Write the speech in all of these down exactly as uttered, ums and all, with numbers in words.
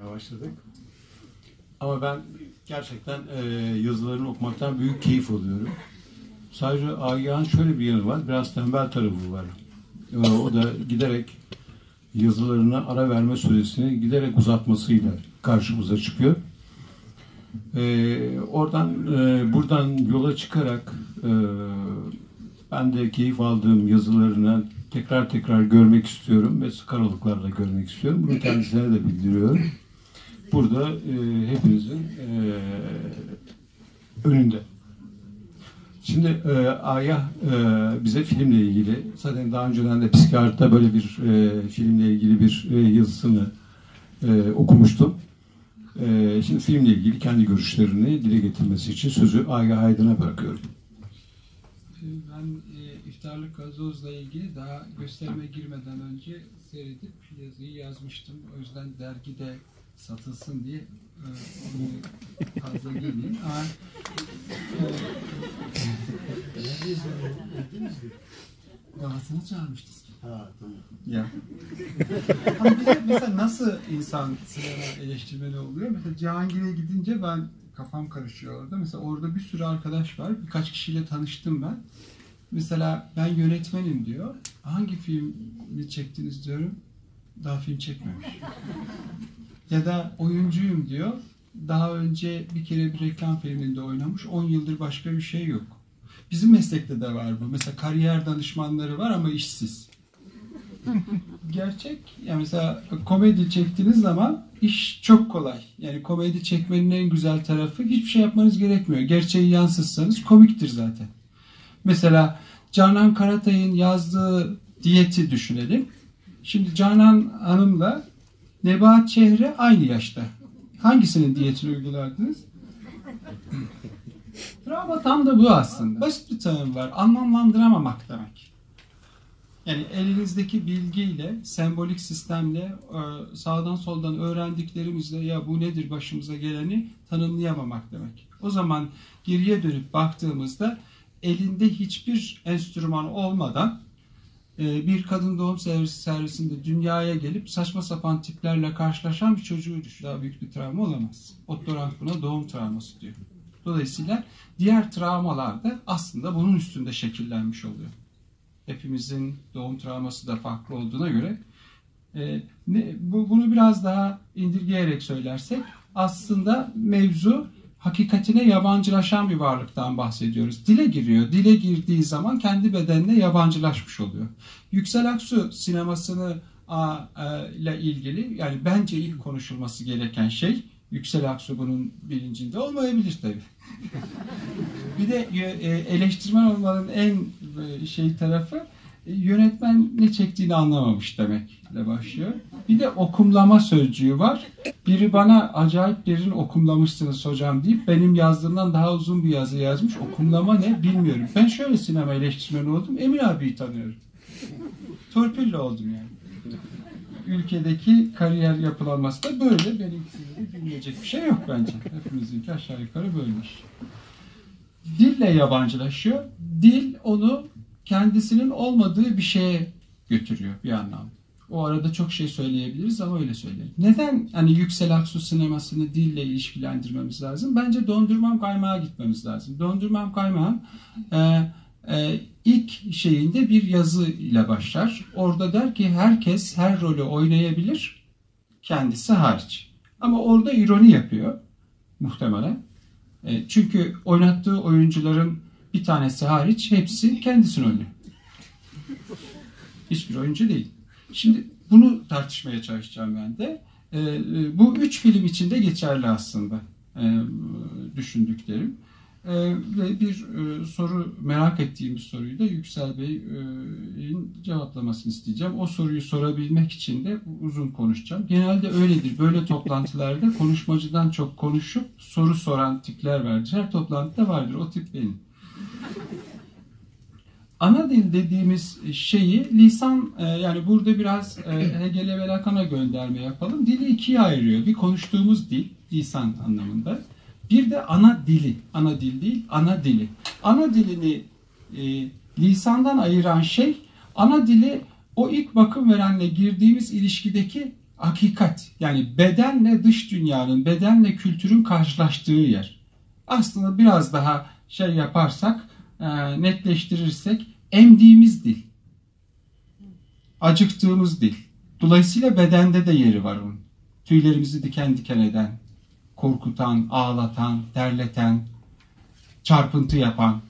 başladık. Ama ben gerçekten e, yazılarını okumaktan büyük keyif alıyorum. Sadece Agah'ın şöyle bir yanı var, biraz tembel tarafı var. E, o da giderek yazılarına ara verme süresini giderek uzatmasıyla karşımıza çıkıyor. E, oradan, e, buradan yola çıkarak e, ben de keyif aldığım yazılarını tekrar tekrar görmek istiyorum ve sık aralıklarla görmek istiyorum. Bunu kendisine de bildiriyorum. Burada e, hepinizin e, önünde. Şimdi e, Agah e, bize filmle ilgili, zaten daha önceden de Psikiyatr'da böyle bir e, filmle ilgili bir e, yazısını e, okumuştum. E, şimdi filmle ilgili kendi görüşlerini dile getirmesi için sözü Agah Aydın'a bırakıyorum. Ben e, İftarlık Gazoz'la ilgili daha gösterime girmeden önce seyredip yazıyı yazmıştım. O yüzden dergide satılsın diye e, onu fazla girmeyeyim. Ama Galasını çağırmıştız. Ha, tamam. Ya. Ama bir de mesela nasıl insan sinema eleştirmeni oluyor? Mesela Cihangir'e gidince ben kafam karışıyor orada. Mesela orada bir sürü arkadaş var. Birkaç kişiyle tanıştım ben. Mesela ben yönetmenim diyor. Hangi filmi çektiniz diyorum. Daha film çekmemiş. Ya da oyuncuyum diyor. Daha önce bir kere bir reklam filminde oynamış. on yıldır başka bir şey yok. Bizim meslekte de var bu. Mesela kariyer danışmanları var ama işsiz. Gerçek. Yani mesela komedi çektiğiniz zaman iş çok kolay. Yani komedi çekmenin en güzel tarafı hiçbir şey yapmanız gerekmiyor. Gerçeği yansıtsanız komiktir zaten. Mesela Canan Karatay'ın yazdığı Diyeti düşünelim. Şimdi Canan Hanım'la Nebahat Çehre aynı yaşta. Hangisinin diyetini uygulardınız? Bravo, tam da bu aslında. Basit bir tanım var. Anlamlandıramamak demek. Yani elinizdeki bilgiyle, sembolik sistemle, sağdan soldan öğrendiklerimizle ya bu nedir başımıza geleni tanımlayamamak demek. O zaman geriye dönüp baktığımızda elinde hiçbir enstrüman olmadan bir kadın doğum servisinde dünyaya gelip saçma sapan tiplerle karşılaşan bir çocuğu düşün. Daha büyük bir travma olamaz. Otto Rank buna doğum travması diyor. Dolayısıyla diğer travmalar da aslında bunun üstünde şekillenmiş oluyor. Hepimizin doğum travması da farklı olduğuna göre e, ne, bu, bunu biraz daha indirgeyerek söylersek aslında mevzu hakikatine yabancılaşan bir varlıktan bahsediyoruz. Dile giriyor. Dile girdiği zaman kendi bedenine yabancılaşmış oluyor. Yüksel Aksu sinemasını a, a, ile ilgili yani bence ilk konuşulması gereken şey Yüksel Aksu bunun bilincinde olmayabilir tabii. Bir de eleştirmen olmanın en şey tarafı yönetmen ne çektiğini anlamamış demekle başlıyor. Bir de okumlama sözcüğü var. Biri bana acayip derin okumlamışsınız hocam deyip benim yazdığımdan daha uzun bir yazı yazmış. Okumlama ne bilmiyorum. Ben şöyle sinema eleştirmeni oldum. Emin abiyi tanıyorum. Torpille oldum yani. Ülkedeki kariyer yapılanması da böyle. Benimkisinde de bilmeyecek bir şey yok bence. Hepimizinki aşağı yukarı böylemiş. Dille yabancılaşıyor. Dil onu kendisinin olmadığı bir şeye götürüyor bir anlamda. O arada çok şey söyleyebiliriz ama öyle söyleyelim. Neden hani Yüksel Aksu sinemasını dille ilişkilendirmemiz lazım? Bence Dondurmam Kaymağa gitmemiz lazım. Dondurmam Kaymağın e, e, ilk şeyinde bir yazı ile başlar. Orada der ki herkes her rolü oynayabilir, kendisi hariç. Ama orada ironi yapıyor muhtemelen. E, çünkü oynattığı oyuncuların bir tanesi hariç hepsi kendisini oynuyor. Hiçbir oyuncu değil. Şimdi bunu tartışmaya çalışacağım ben de. E, e, bu üç film içinde geçerli aslında e, düşündüklerim. E, ve bir e, soru, merak ettiğim bir soruyu da Yüksel Bey'in cevaplamasını isteyeceğim. O soruyu sorabilmek için de uzun konuşacağım. Genelde öyledir. Böyle toplantılarda konuşmacıdan çok konuşup soru soran tipler vardır. Her toplantıda vardır. O tip benim. Ana dil dediğimiz şeyi lisan, yani burada biraz Hegel'e ve Lacan'a gönderme yapalım. Dili ikiye ayırıyor. Bir konuştuğumuz dil, lisan anlamında. Bir de ana dili. Ana dil değil, ana dili. Ana dilini e, lisandan ayıran şey, ana dili o ilk bakım verenle girdiğimiz ilişkideki hakikat. Yani bedenle dış dünyanın, bedenle kültürün karşılaştığı yer. Aslında biraz daha şey yaparsak, e, netleştirirsek, emdiğimiz dil. Acıktığımız dil. Dolayısıyla bedende de yeri var onun. Tüylerimizi diken diken eden, korkutan, ağlatan, terleten, çarpıntı yapan.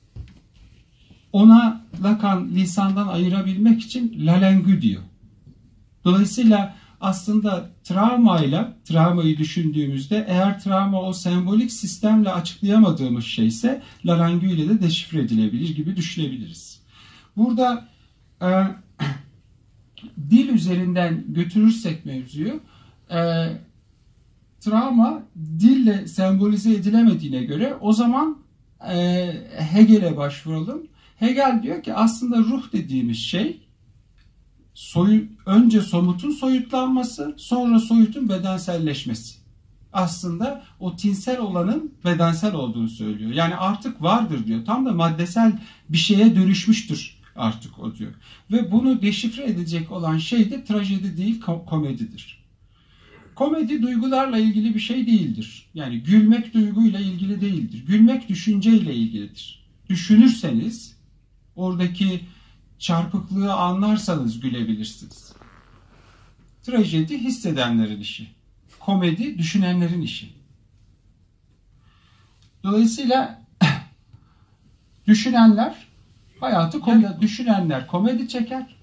Ona Lacan lisandan ayırabilmek için lalengü diyor. Dolayısıyla aslında travmayla, travmayı düşündüğümüzde eğer travma o sembolik sistemle açıklayamadığımız şeyse lalengü ile de deşifre edilebilir gibi düşünebiliriz. Burada e, dil üzerinden götürürsek mevzuyu, e, travma dille sembolize edilemediğine göre o zaman e, Hegel'e başvuralım. Hegel diyor ki aslında ruh dediğimiz şey soyut, önce somutun soyutlanması, sonra soyutun bedenselleşmesi. Aslında o tinsel olanın bedensel olduğunu söylüyor. Yani artık vardır diyor. Tam da maddesel bir şeye dönüşmüştür artık o diyor. Ve bunu deşifre edecek olan şey de trajedi değil, komedidir. Komedi duygularla ilgili bir şey değildir. Yani gülmek duyguyla ilgili değildir. Gülmek düşünceyle ilgilidir. Düşünürseniz, oradaki çarpıklığı anlarsanız gülebilirsiniz. Trajedi hissedenlerin işi. Komedi düşünenlerin işi. Dolayısıyla düşünenler hayatı komedi, düşünenler komedi çeker.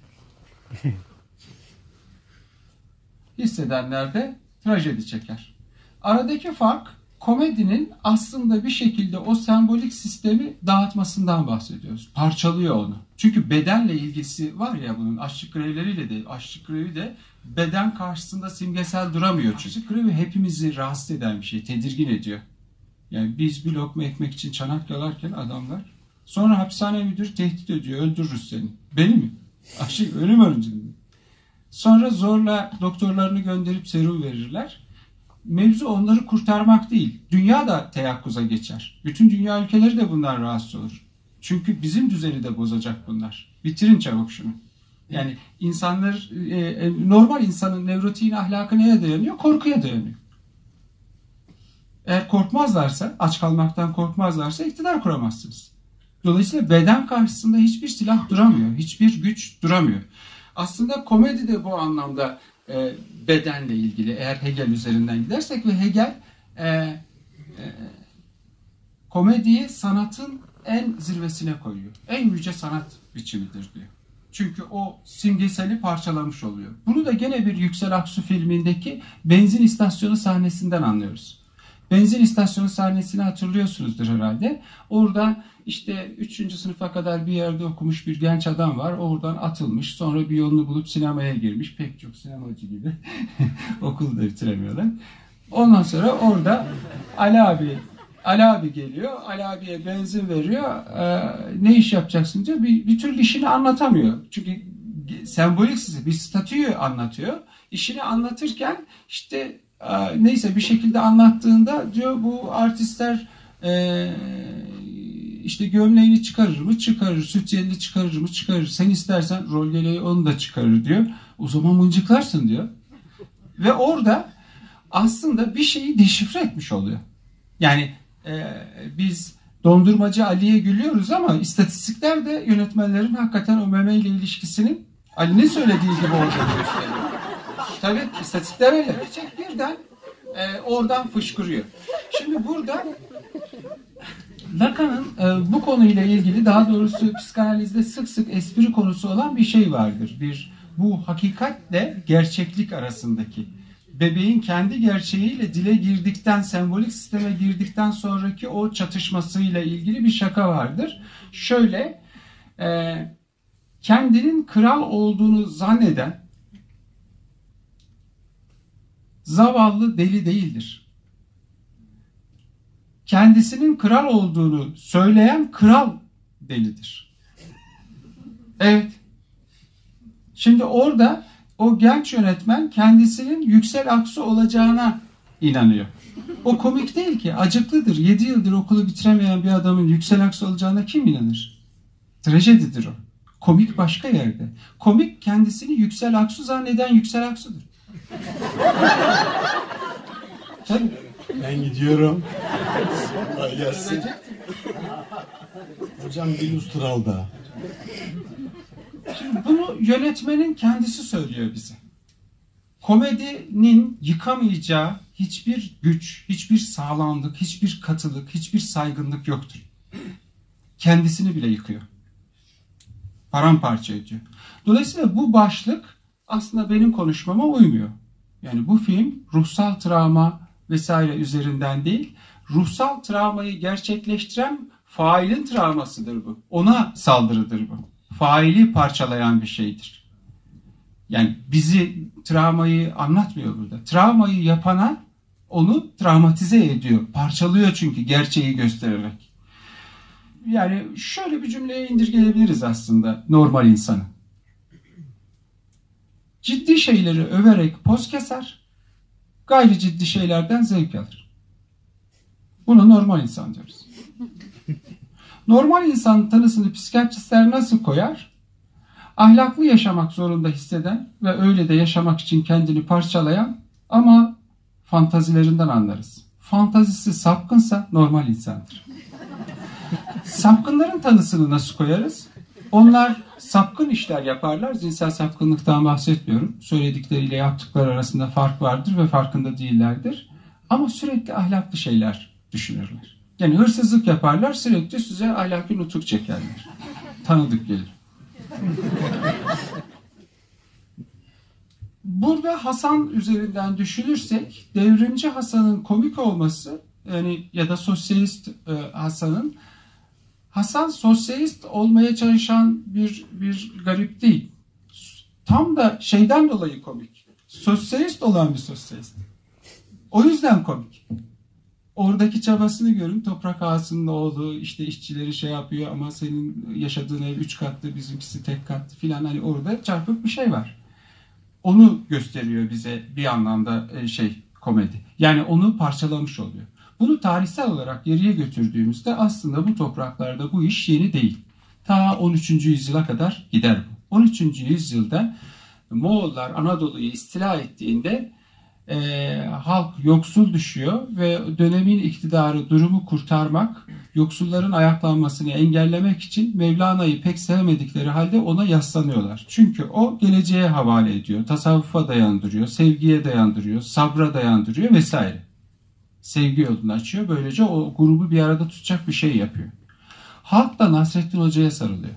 Hissedenler de trajedi çeker. Aradaki fark komedinin aslında bir şekilde o sembolik sistemi dağıtmasından bahsediyoruz. Parçalıyor onu. Çünkü bedenle ilgisi var ya bunun, açlık grevleriyle de, açlık grevi de beden karşısında simgesel duramıyor. Açlık grevi hepimizi rahatsız eden bir şey, tedirgin ediyor. Yani biz bir lokma ekmek için çanak yalarken adamlar, sonra hapishane müdürü tehdit ediyor, öldürürüz seni. Beni mi? Açlık, ölüm önceliği. Sonra zorla doktorlarını gönderip serum verirler. Mevzu onları kurtarmak değil. Dünya da teyakkuza geçer. Bütün dünya ülkeleri de bundan rahatsız olur. Çünkü bizim düzeni de bozacak bunlar. Bitirin çabuk şunu. Yani insanlar, e, normal insanın nevrotiğin ahlakı neye dayanıyor? Korkuya dayanıyor. Eğer korkmazlarsa, aç kalmaktan korkmazlarsa iktidar kuramazsınız. Dolayısıyla beden karşısında hiçbir silah duramıyor. Hiçbir güç duramıyor. Aslında komedi de bu anlamda e, bedenle ilgili, eğer Hegel üzerinden gidersek, ve Hegel e, e, komediyi sanatın en zirvesine koyuyor. En yüce sanat biçimidir diyor. Çünkü o simgeseli parçalamış oluyor. Bunu da gene bir Yüksel Aksu filmindeki benzin istasyonu sahnesinden anlıyoruz. Benzin istasyonu sahnesini hatırlıyorsunuzdur herhalde. Orada işte üçüncü sınıfa kadar bir yerde okumuş bir genç adam var. Oradan atılmış. Sonra bir yolunu bulup sinemaya girmiş. Pek çok sinemacı gibi. Okulu da bitiremiyorlar. Ondan sonra orada Ali abi Ali abi geliyor. Ali abiye benzin veriyor. Ee, ne iş yapacaksın diyor. Bir, bir türlü işini anlatamıyor. Çünkü sembolik size bir statüyü anlatıyor. İşini anlatırken işte neyse bir şekilde anlattığında diyor bu artistler e, işte gömleğini çıkarır mı? Çıkarır. Sütyenini çıkarır mı? Çıkarır. Sen istersen rol geleği onu da çıkarır diyor. O zaman mıncıklarsın diyor. Ve orada aslında bir şeyi deşifre etmiş oluyor. Yani e, biz Dondurmacı Ali'ye gülüyoruz ama istatistikler de yönetmenlerin hakikaten o memeyle ilişkisinin Ali'nin söylediği gibi olduğunu gösteriyor. Tabii istatistikler öyle. Gerçek birden e, oradan fışkırıyor. Şimdi burada Lacan'ın e, bu konuyla ilgili, daha doğrusu psikanalizde sık sık espri konusu olan bir şey vardır. Bir bu hakikatle gerçeklik arasındaki, bebeğin kendi gerçeğiyle dile girdikten, sembolik sisteme girdikten sonraki o çatışmasıyla ilgili bir şaka vardır. Şöyle, e, kendinin kral olduğunu zanneden zavallı deli değildir. Kendisinin kral olduğunu söyleyen kral delidir. Evet. Şimdi orada o genç yönetmen kendisinin Yüksel Aksu olacağına inanıyor. O komik değil ki, acıklıdır. Yedi yıldır okulu bitiremeyen bir adamın Yüksel Aksu olacağına kim inanır? Trajedidir o. Komik başka yerde. Komik kendisini Yüksel Aksu zanneden Yüksel Aksu'dur. Ben gidiyorum. Kolay gelsin. Hocam bir Lustral'da. Şimdi bunu yönetmenin kendisi söylüyor bize. Komedinin yıkamayacağı hiçbir güç, hiçbir sağlamlık, hiçbir katılık, hiçbir saygınlık yoktur. Kendisini bile yıkıyor. Paramparça ediyor. Dolayısıyla bu başlık aslında benim konuşmama uymuyor. Yani bu film ruhsal travma vesaire üzerinden değil, ruhsal travmayı gerçekleştiren failin travmasıdır bu. Ona saldırıdır bu. Faili parçalayan bir şeydir. Yani bizi travmayı anlatmıyor burada. Travmayı yapana onu travmatize ediyor. Parçalıyor çünkü gerçeği göstererek. Yani şöyle bir cümleye indirgeyebiliriz aslında normal insanı. Ciddi şeyleri överek poz keser, gayri ciddi şeylerden zevk alır. Bunu normal insan diyoruz. Normal insan tanısını psikiyatristler nasıl koyar? Ahlaklı yaşamak zorunda hisseden ve öyle de yaşamak için kendini parçalayan ama fantazilerinden anlarız. Fantazisi sapkınsa normal insandır. Sapkınların tanısını nasıl koyarız? Onlar sapkın işler yaparlar. Cinsel sapkınlıktan bahsetmiyorum. Söyledikleriyle yaptıkları arasında fark vardır ve farkında değillerdir. Ama sürekli ahlaklı şeyler düşünürler. Yani hırsızlık yaparlar, sürekli size ahlaki nutuk çekerler. Tanıdık gelir. Burada Hasan üzerinden düşünürsek, devrimci Hasan'ın komik olması, yani ya da sosyalist e, Hasan'ın, Hasan sosyalist olmaya çalışan bir bir garip değil. Tam da şeyden dolayı komik. Sosyalist olan bir sosyalist. O yüzden komik. Oradaki çabasını görün. Toprak ağasının oğlu, işte işçileri şey yapıyor ama senin yaşadığın ev üç katlı, bizimkisi tek katlı filan. Hani orada çarpık bir şey var. Onu gösteriyor bize bir anlamda şey komedi. Yani onu parçalamış oluyor. Bunu tarihsel olarak geriye götürdüğümüzde aslında bu topraklarda bu iş yeni değil. Ta on üçüncü yüzyıla kadar gider bu. on üçüncü yüzyılda Moğollar Anadolu'yu istila ettiğinde e, halk yoksul düşüyor ve dönemin iktidarı durumu kurtarmak, yoksulların ayaklanmasını engellemek için Mevlana'yı pek sevmedikleri halde ona yaslanıyorlar. Çünkü o geleceğe havale ediyor, tasavvufa dayandırıyor, sevgiye dayandırıyor, sabra dayandırıyor vesaire. Sevgi yolunu açıyor. Böylece o grubu bir arada tutacak bir şey yapıyor. Halk da Nasrettin Hoca'ya sarılıyor.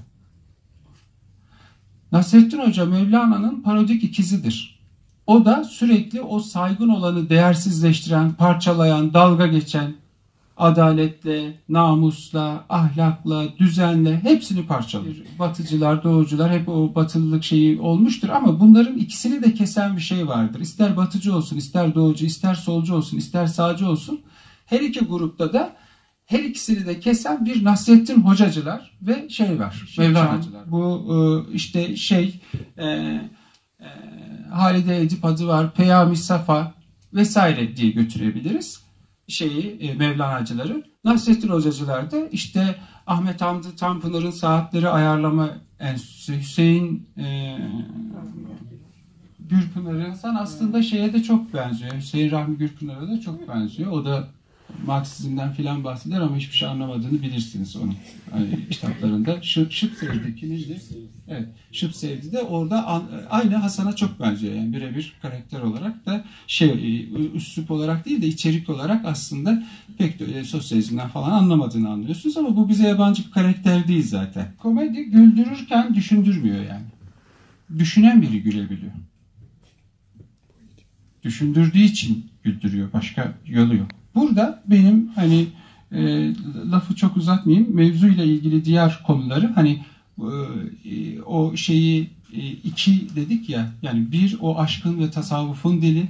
Nasrettin Hoca Mevlana'nın parodik ikizidir. O da sürekli o saygın olanı değersizleştiren, parçalayan, dalga geçen, adaletle, namusla, ahlakla, düzenle hepsini parçalıyor. Batıcılar, doğucular hep o batılılık şeyi olmuştur ama bunların ikisini de kesen bir şey vardır. İster batıcı olsun, ister doğucu, ister solcu olsun, ister sağcı olsun. Her iki grupta da her ikisini de kesen bir Nasrettin Hocacılar ve şey var. Mevlanacılar. Bu işte şey e, e, Halide Edip adı var, Peyami Safa vesaire diye götürebiliriz şeyi e, Mevlanacıları. Nasrettin Hocacılar da işte Ahmet Hamdi Tanpınar'ın Saatleri Ayarlama Enstitüsü, Hüseyin e, Gürpınar'ın insan aslında şeye de çok benziyor. Hüseyin Rahmi Gürpınar'a da çok benziyor. O da Marksizmden filan bahseder ama hiçbir şey anlamadığını bilirsiniz onun yani kitaplarında. Şıp, Şıp Sevdi kimiydi? Evet. Şıp Sevdi de orada an, aynı Hasan'a çok benziyor. Yani birebir karakter olarak da şey üslup olarak değil de içerik olarak aslında pek de öyle sosyalizmden falan anlamadığını anlıyorsunuz ama bu bize yabancı bir karakter değil zaten. Komedi güldürürken düşündürmüyor yani. Düşünen biri gülebiliyor. Düşündürdüğü için güldürüyor. Başka yolu yok. Burada benim hani e, lafı çok uzatmayayım. Mevzuyla ilgili diğer konuları hani e, o şeyi e, iki dedik ya yani bir o aşkın ve tasavvufun dili,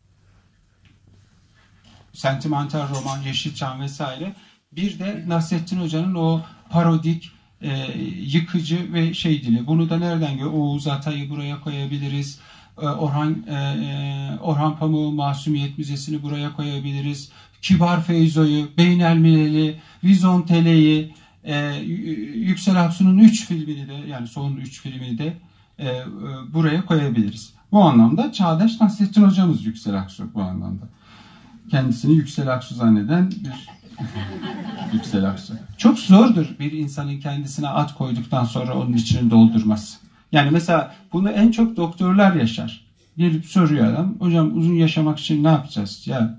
sentimental roman, Yeşilçam vesaire. Bir de Nasrettin Hoca'nın o parodik e, yıkıcı ve şey dili. Bunu da nereden görüyor? Oğuz Atay'ı buraya koyabiliriz. Orhan e, Orhan Pamuk'un Masumiyet Müzesi'ni buraya koyabiliriz. Kibar Feyzo'yu, Beynelmileli, Vizontele'yi, e, Yüksel Aksu'nun üç filmini de yani son üç filmini de e, e, buraya koyabiliriz. Bu anlamda çağdaş Nasrettin hocamız Yüksel Aksu bu anlamda. Kendisini Yüksel Aksu zanneden bir Yüksel Aksu. Çok zordur bir insanın kendisine ad koyduktan sonra onun içini doldurması. Yani mesela bunu en çok doktorlar yaşar. Gelip soruyor adam, hocam uzun yaşamak için ne yapacağız? Ya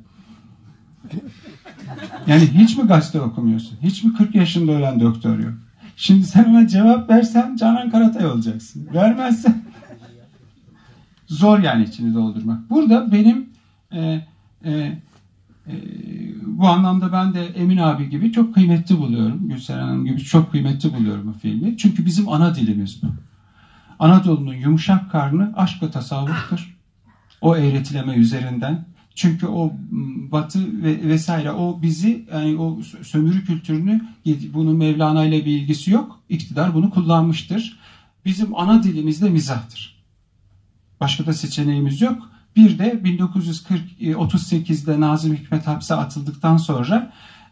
yani hiç mi gazete okumuyorsun? Hiç mi kırk yaşında ölen doktor yok? Şimdi sen ona cevap versen Canan Karatay olacaksın. Vermezsen zor yani içini doldurmak. Burada benim e, e, e, bu anlamda ben de Emin abi gibi çok kıymetli buluyorum. Gülseren Hanım gibi çok kıymetli buluyorum bu filmi. Çünkü bizim ana dilimiz bu. Anadolu'nun yumuşak karnı aşk ve tasavvuftur. O eğretileme üzerinden. Çünkü o Batı ve vesaire o bizi yani o sömürü kültürünü bunun Mevlana ile bir ilgisi yok. İktidar bunu kullanmıştır. Bizim ana dilimiz de mizahtır. Başka da seçeneğimiz yok. Bir de bin dokuz yüz otuz sekizde Nazım Hikmet hapse atıldıktan sonra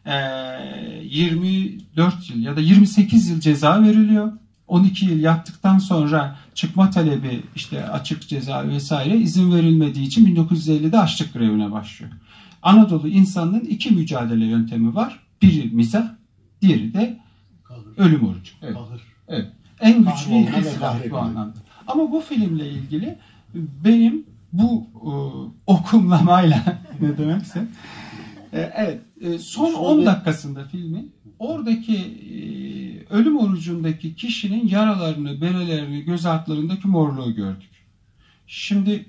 yirmi dört yıl ya da yirmi sekiz yıl ceza veriliyor. on iki yıl yattıktan sonra çıkma talebi işte açık ceza vesaire izin verilmediği için bin dokuz yüz ellide açlık grevine başlıyor. Anadolu insanının iki mücadele yöntemi var. Biri mizah, diğeri de ölüm orucu. Evet. Evet. En güçlü iki silah bu anlamda. Ama bu filmle ilgili benim bu e, okumlamayla ne demekse e, evet e, son on dakikasında filmin oradaki e, ölüm orucundaki kişinin yaralarını, berelerini, göz altlarındaki morluğu gördük. Şimdi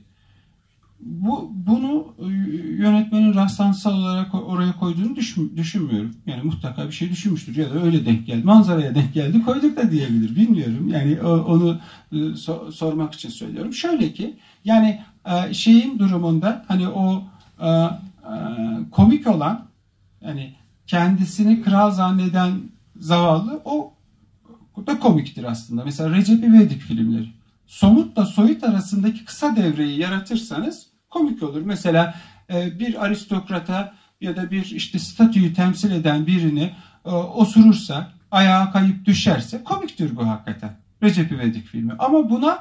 bu bunu e, yönetmenin rastlantısal olarak oraya koyduğunu düşün, düşünmüyorum. Yani mutlaka bir şey düşünmüştür ya da öyle denk geldi. Manzaraya denk geldi koyduk da diyebilir. Bilmiyorum. Yani o, onu e, so, sormak için söylüyorum. Şöyle ki yani e, şeyin durumunda hani o e, e, komik olan yani kendisini kral zanneden zavallı o da komiktir aslında. Mesela Recep İvedik filmleri. Somutla soyut arasındaki kısa devreyi yaratırsanız komik olur. Mesela bir aristokrata ya da bir işte statüyü temsil eden birini osurursa, ayağa kayıp düşerse komiktir bu hakikaten. Recep İvedik filmi. Ama buna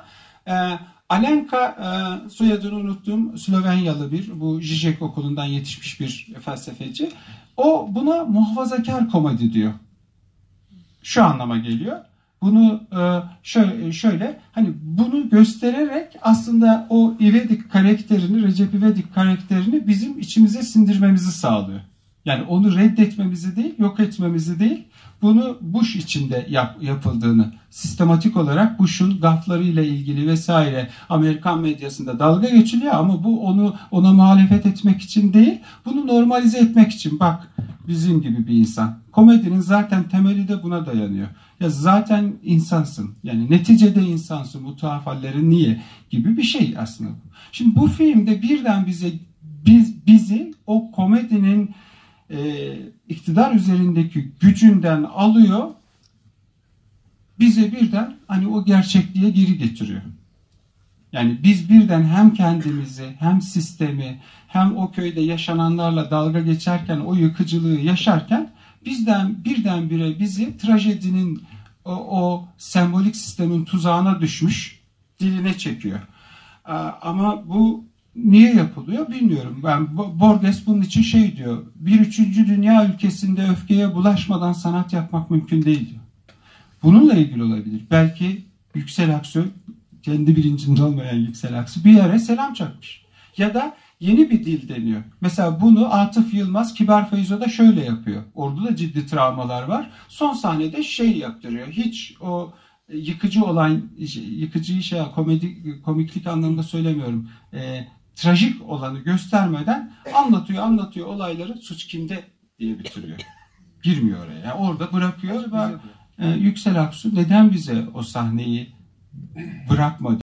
Alenka soyadını unuttuğum Slovenyalı bir bu Žižek okulundan yetişmiş bir felsefeci. O buna muhafazakar komedi diyor. Şu anlama geliyor. Bunu şöyle, şöyle hani bunu göstererek aslında o İvedik karakterini, Recep İvedik karakterini bizim içimize sindirmemizi sağlıyor. Yani onu reddetmemizi değil, yok etmemizi değil, bunu Bush içinde yap, yapıldığını, sistematik olarak Bush'un gaflarıyla ilgili vesaire Amerikan medyasında dalga geçiliyor ama bu onu ona muhalefet etmek için değil, bunu normalize etmek için. Bak bizim gibi bir insan. Komedinin zaten temeli de buna dayanıyor. Ya zaten insansın. Yani neticede insansın. Bu tuhaf hallerin niye? Gibi bir şey aslında. Şimdi bu filmde birden bize biz, bizi o komedinin e, iktidar üzerindeki gücünden alıyor. Bize birden hani o gerçekliğe geri getiriyor. Yani biz birden hem kendimizi hem sistemi hem o köyde yaşananlarla dalga geçerken o yıkıcılığı yaşarken bizden birdenbire bizi trajedinin o, o sembolik sistemin tuzağına düşmüş diline çekiyor. Ama bu niye yapılıyor bilmiyorum. Ben Borges bunun için şey diyor. Bir üçüncü dünya ülkesinde öfkeye bulaşmadan sanat yapmak mümkün değil diyor. Bununla ilgili olabilir. Belki Yüksel Aksu kendi bilincinde olmayan Yüksel Aksu bir yere selam çakmış. Ya da yeni bir dil deniyor. Mesela bunu Atıf Yılmaz Kibar Feyzo'da şöyle yapıyor. Orada da ciddi travmalar var. Son sahnede şey yaptırıyor. Hiç o yıkıcı olan, yıkıcı şey, komedi, komiklik anlamında söylemiyorum. E, trajik olanı göstermeden anlatıyor, anlatıyor olayları. Suç kimde diye bitiriyor. Girmiyor oraya. Yani orada bırakıyor. E, Yüksel Aksu neden bize o sahneyi bırakmadı?